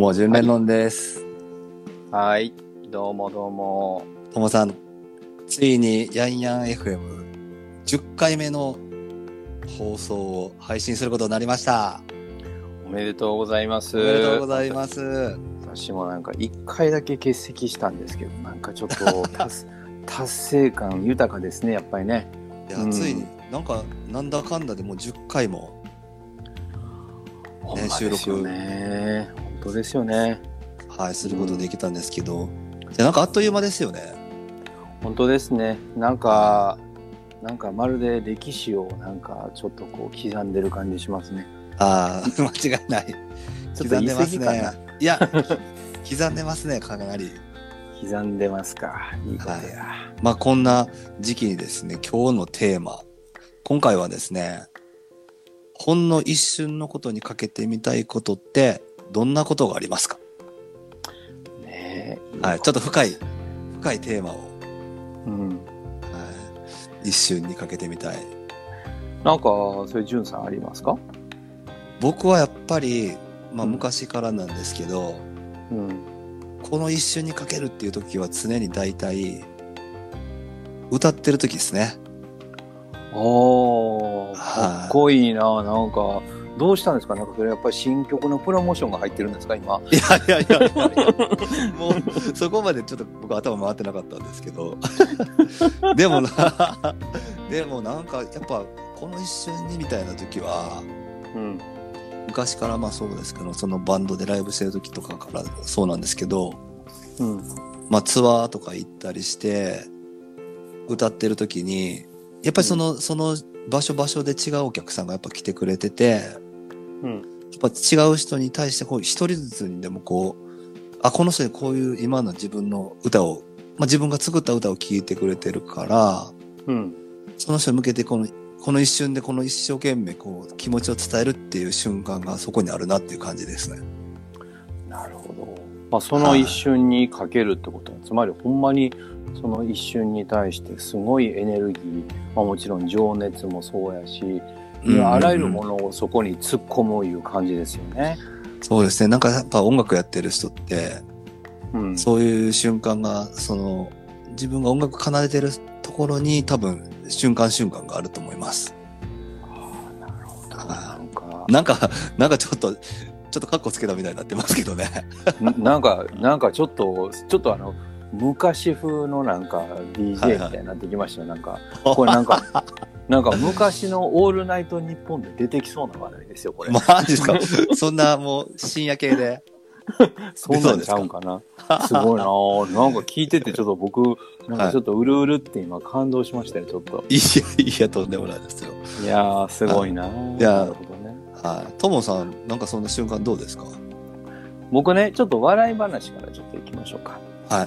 も、純連論です。 はい。どうもどうも。 ともさん、ついにヤンヤン FM10 回目の放送を配信することになりました。 おめでとうございます。 おめでとうございます。 私もなんか1回だけ欠席したんですけど、なんかちょっと達成感豊かですね、やっぱりね。 いや、ついになんだかんだでもう10回も、 ね、収録よね。本当ですよね。 はい、することできたんですけど、なんかあっという間ですよね。 本当ですね。なんかまるで歴史をなんかちょっとこう刻んでる感じしますね。 ああ、間違いない。 ちょっと言い過ぎかな。 いや、刻んでますね、かなり。 刻んでますか。いいことや。はい、 まあこんな時期にですね、今日のテーマ。今回はですね、ほんの一瞬のことにかけてみたいことってどんなことがありますか？ねえ。はい、ちょっと深いテーマを。うん。はい。一瞬にかけてみたい。 なんか、それ、じゅんさんありますか？ 僕はやっぱり、まあ昔からなんですけど、うん、この一瞬にかけるっていう時は常に大体、歌ってる時ですね。 かっこいいな。なんか、どうしたんですか？なんかそれやっぱり新曲のプロモーションが入ってるんですか今？ いやもうそこまでちょっと僕頭回ってなかったんですけどでもなんかやっぱこの一瞬にみたいな時は、うん、昔からまあそうですけど、そのバンドでライブしてる時とかからそうなんですけど、うん、まあツアーとか行ったりして歌ってる時にやっぱりその場所で違うお客さんがやっぱ来てくれてて、うん、やっぱ違う人に対してこう一人ずつにでもこう、この人にこういう今の自分の歌を、まあ自分が作った歌を聴いてくれてるから、うん、その人に向けてこの一瞬でこの一生懸命こう気持ちを伝えるっていう瞬間がそこにあるなっていう感じですね。 なるほど。まあその一瞬にかけるってことは、つまりほんまにその一瞬に対してすごいエネルギー、まあ、もちろん情熱もそうやし、あらゆるものをそこに突っ込むいう感じですよね。 そうですね。なんかやっぱ音楽やってる人って、うん、そういう瞬間が自分が音楽奏でてるところに多分瞬間があると思います。 なるほど。 なんかちょっとカッコつけたみたいになってますけどね。 なんかちょっと昔風のなんか DJ みたいになってきましたよ。はいはい、これなんか昔のオールナイトニッポンで出てきそうな話題ですよ、これ。 マジですか？そんなもう深夜系で。 そうなんちゃうんかな。すごいなぁ。なんか聞いててちょっと僕、なんかちょっとうるうるって今感動しましたよ、ちょっと。 いや、とんでもないですよ。 いやー、すごいなぁ。 いや、なるほどね。はい。ともさん、なんかそんな瞬間どうですか？ 僕ね、ちょっと笑い話からちょっと行きましょうか。はい。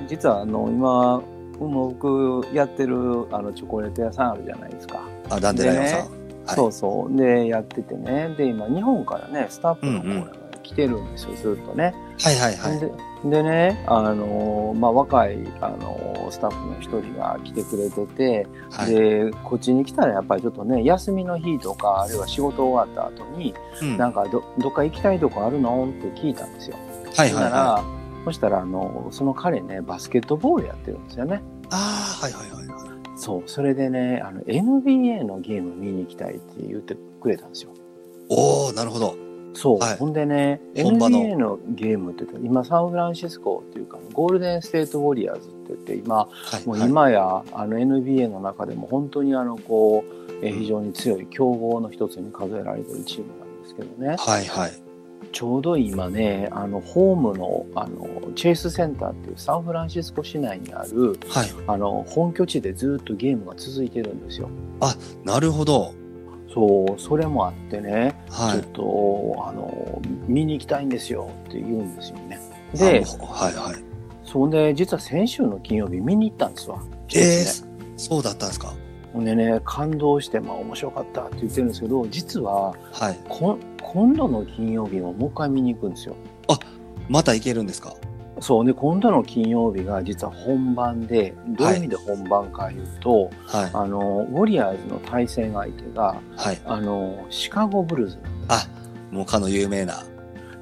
実は今、僕やってるチョコレート屋さんあるじゃないですか。 ダンデライオンさん。 はい、そうそう。で、やっててね。で、今、日本からね、スタッフの子らが来てるんですよ、ずっとね。 はいはいはい。 でね、まあ、若い、スタッフの一人が来てくれてて、はい、で、こっちに来たらやっぱりちょっとね、休みの日とか、あるいは仕事終わった後に、なんかどっか行きたいとこあるのって聞いたんですよ。はいはいはい。そしたら、その彼ね、バスケットボールやってるんですよね。 はいはいはい。 そう、それでね、NBA のゲーム見に行きたいって言ってくれたんですよ。 おー、なるほど。 そう。はい、ほんでね、NBA のゲームって言ったら、今、サンフランシスコっていうか、ゴールデンステートウォリアーズって言って、今、もう今や、NBA の中でも本当に非常に強い強豪の一つに数えられてるチームなんですけどね。はいはい。ちょうど今ね、ホームの、チェイスセンターっていうサンフランシスコ市内にある、はい、本拠地でずっとゲームが続いてるんですよ。 なるほど。 そう、それもあってね、はい、ちょっと、見に行きたいんですよって言うんですよね。で、はいはい。そんで、実は先週の金曜日見に行ったんですわ。 そうだったんですか？ ほんでね、感動して、面白かったって言ってるんですけど、実は、はい、今度の金曜日ももう一回見に行くんですよ。 また行けるんですか？ そうね、今度の金曜日が実は本番で、どういう意味で本番かいうと、はい、ウォリアーズの対戦相手が、はい、シカゴブルーズ。 もうかの有名な。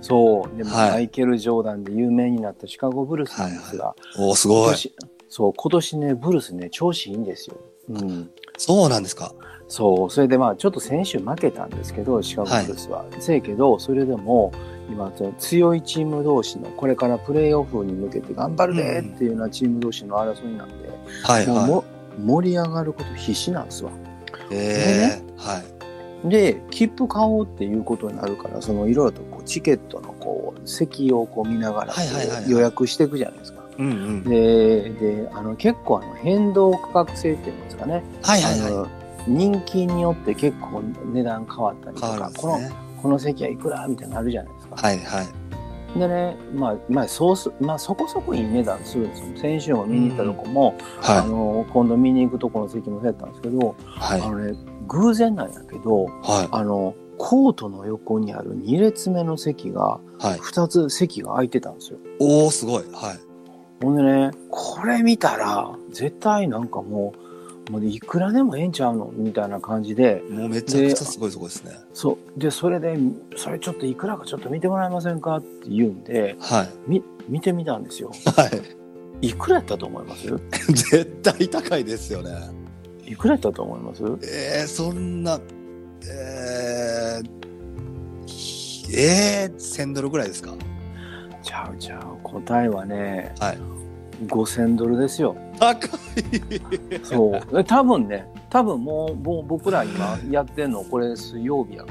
そう。でも、マイケル・ジョーダンで有名になったシカゴブルースなんですが。 お、すごい。 そう、今年ね、ブルースね、調子いいんですよ。 そうなんですか。 そう。それでちょっと先週負けたんですけど、シカゴブルースは。せやけど、それでも、今、強いチーム同士の、これからプレーオフに向けて頑張るでっていうようなチーム同士の争いなんで、もう盛り上がること必死なんですわ。でね、で、切符買おうっていうことになるから、いろいろとチケットの席を見ながら予約していくじゃないですか。で、結構変動価格制っていうんですかね。人気によって結構値段変わったりとか、この席はいくらみたいなのあるじゃないですか。でね、そこそこいい値段するんですよ。先週も見に行ったとこも、今度見に行くとこの席もそうやったんですけど、偶然なんやけど、コートの横にある2列目の席が、2つ席が空いてたんですよ。 おー、すごい。 ほんでね、これ見たら、絶対なんかもういくらでもええんちゃうのみたいな感じで。 もうめちゃくちゃすごいとこですね。 そう。で、それちょっといくらかちょっと見てもらえませんかって言うんで、見てみたんですよ。いくらやったと思います？ 絶対高いですよね。 いくらやったと思います？ そんな、1000ドルぐらいですか？ ちゃう。答えはね、5000ドルですよ。 高い。 そう。多分もう僕ら今やってんのこれ水曜日やから、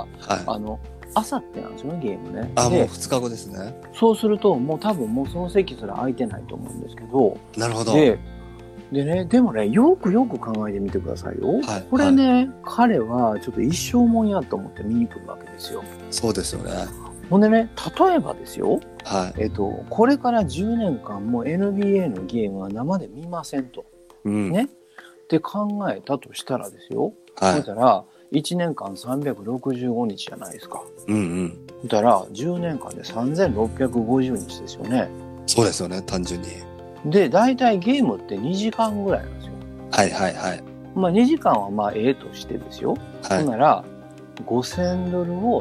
あさってなんですよね、ゲームね。 もう2日後ですね。 そうすると、多分その席すら空いてないと思うんですけど。 なるほど。 でね、でもね、よく考えてみてくださいよ。これね、彼はちょっと一生もんやと思って見に来るわけですよ。 そうですよね。 ほんでね、例えばですよ。これから10年間も NBA のゲームは生で見ませんと。ね。って考えたとしたらですよ。そしたら、1年間365日じゃないですか。そしたら、10年間で3650日ですよね。 そうですよね、単純に。 で、大体ゲームって2時間ぐらいなんですよ。2時間はとしてですよ。ほんなら、5000ドルを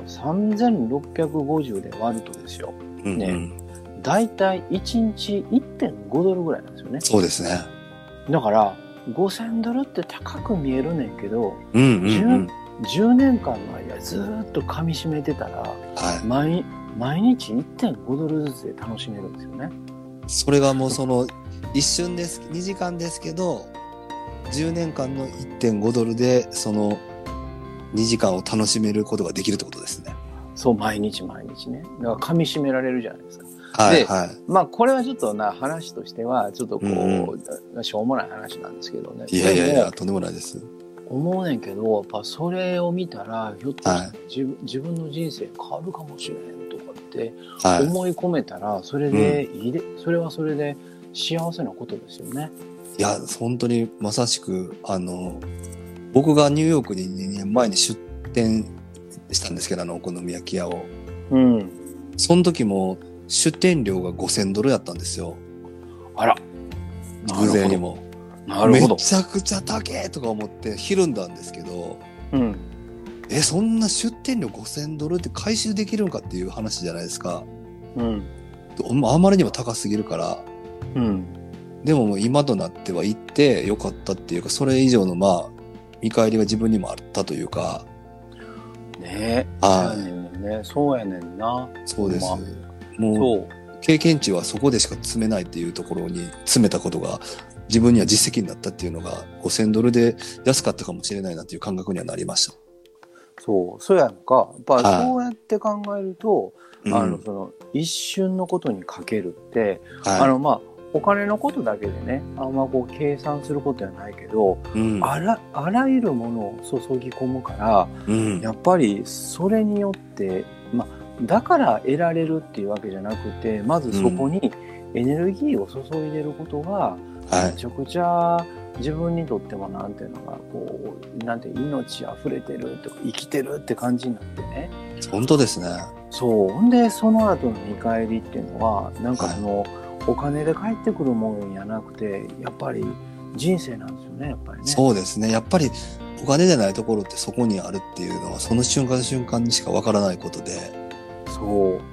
3650で割るとですよ。大体1日 1.5 ドルぐらいなんですよね。 そうですね。 だから、5000ドルって高く見えるねんけど、10年間の間ずーっと噛み締めてたら、毎日 1.5 ドルずつで楽しめるんですよね。 それがもう一瞬です、2時間ですけど、10年間の 1.5 ドルで、2時間を楽しめることができるってことですね。 そう、毎日ね。だから噛み締められるじゃないですか。で、これはちょっと話としては、ちょっとしょうもない話なんですけどね。 いや、とんでもないです。 思うねんけど、やっぱそれを見たら、ひょっとして自分の人生変わるかもしれんとかって思い込めたら、それでそれはそれで幸せなことですよね。 いや、本当にまさしく、僕がニューヨークに2年前に出店したんですけど、お好み焼き屋を。その時も出店料が5000ドルやったんですよ。 あら。 偶然にも。 なるほど。 めちゃくちゃ高えとか思ってひるんだんですけど、そんな出店料5000ドルって回収できるんかっていう話じゃないですか。あまりにも高すぎるから。でももう今となっては行ってよかったっていうか、それ以上の見返りが自分にもあったというか。 ねえ。そうやねんな。 そうです。もう経験値はそこでしか積めないっていうところに詰めたことが自分には実績になったっていうのが5000ドルで安かったかもしれないなっていう感覚にはなりました。 そうやんか。やっぱそうやって考えると、一瞬のことにかけるって、お金のことだけでね、あんま計算することはないけど、あらゆるものを注ぎ込むから、やっぱりそれによって、だから得られるっていうわけじゃなくて、まずそこにエネルギーを注いでることが、めちゃくちゃ自分にとってもなんていうのが命あふれてるとか生きてるって感じになってね。 本当ですね。 そう。ほんでその後の見返りっていうのはお金で返ってくるものじゃなくて、やっぱり人生なんですよね、やっぱりね。 そうですね。やっぱりお金でないところってそこにあるっていうのはその瞬間瞬間にしかわからないことで。 そう。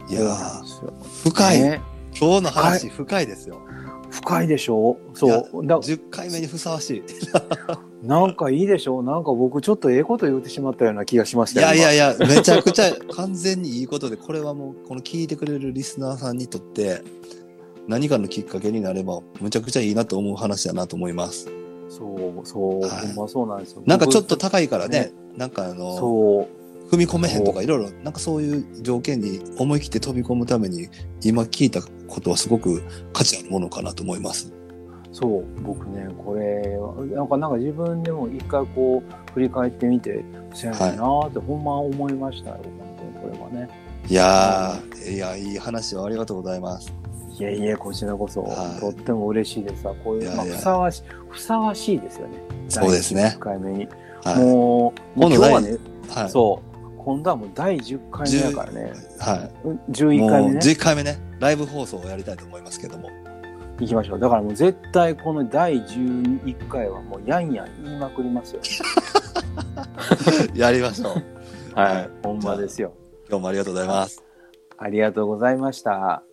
いやー、深い、ね。今日の話、深いですよ。 深いでしょ。そう。 10回目にふさわしい。 なんかいいでしょ。なんか僕ちょっとこと言ってしまったような気がしましたよ。 いや、めちゃくちゃ完全にいいことで、これはもう、この聞いてくれるリスナーさんにとって、何かのきっかけになれば、むちゃくちゃいいなと思う話だなと思います。 そう、はい、ほんまそうなんですよ。 なんかちょっと高いからね、なんかそう。 踏み込めへんとかいろいろ、なんかそういう条件に思い切って飛び込むために、今聞いたことはすごく価値あるものかなと思います。 そう、僕ね、これ、なんか自分でも一回こう、振り返ってみて、そうやなーってほんま思いましたよ、本当にこれはね。 いやー、いい話をありがとうございます。 いえ、こちらこそ、とっても嬉しいですわ。こういう、ふさわしいですよね。 そうですね。 10回目に。もう今日はね、そう。今度はもう第10回目だからね。 はい。 11回目ね。 11回目ね。ライブ放送をやりたいと思いますけども。 行きましょう。だからもう絶対この第11回はもうやんやん言いまくりますよ。 やりましょう。 はい。ほんまですよ。 今日もありがとうございます。 ありがとうございました。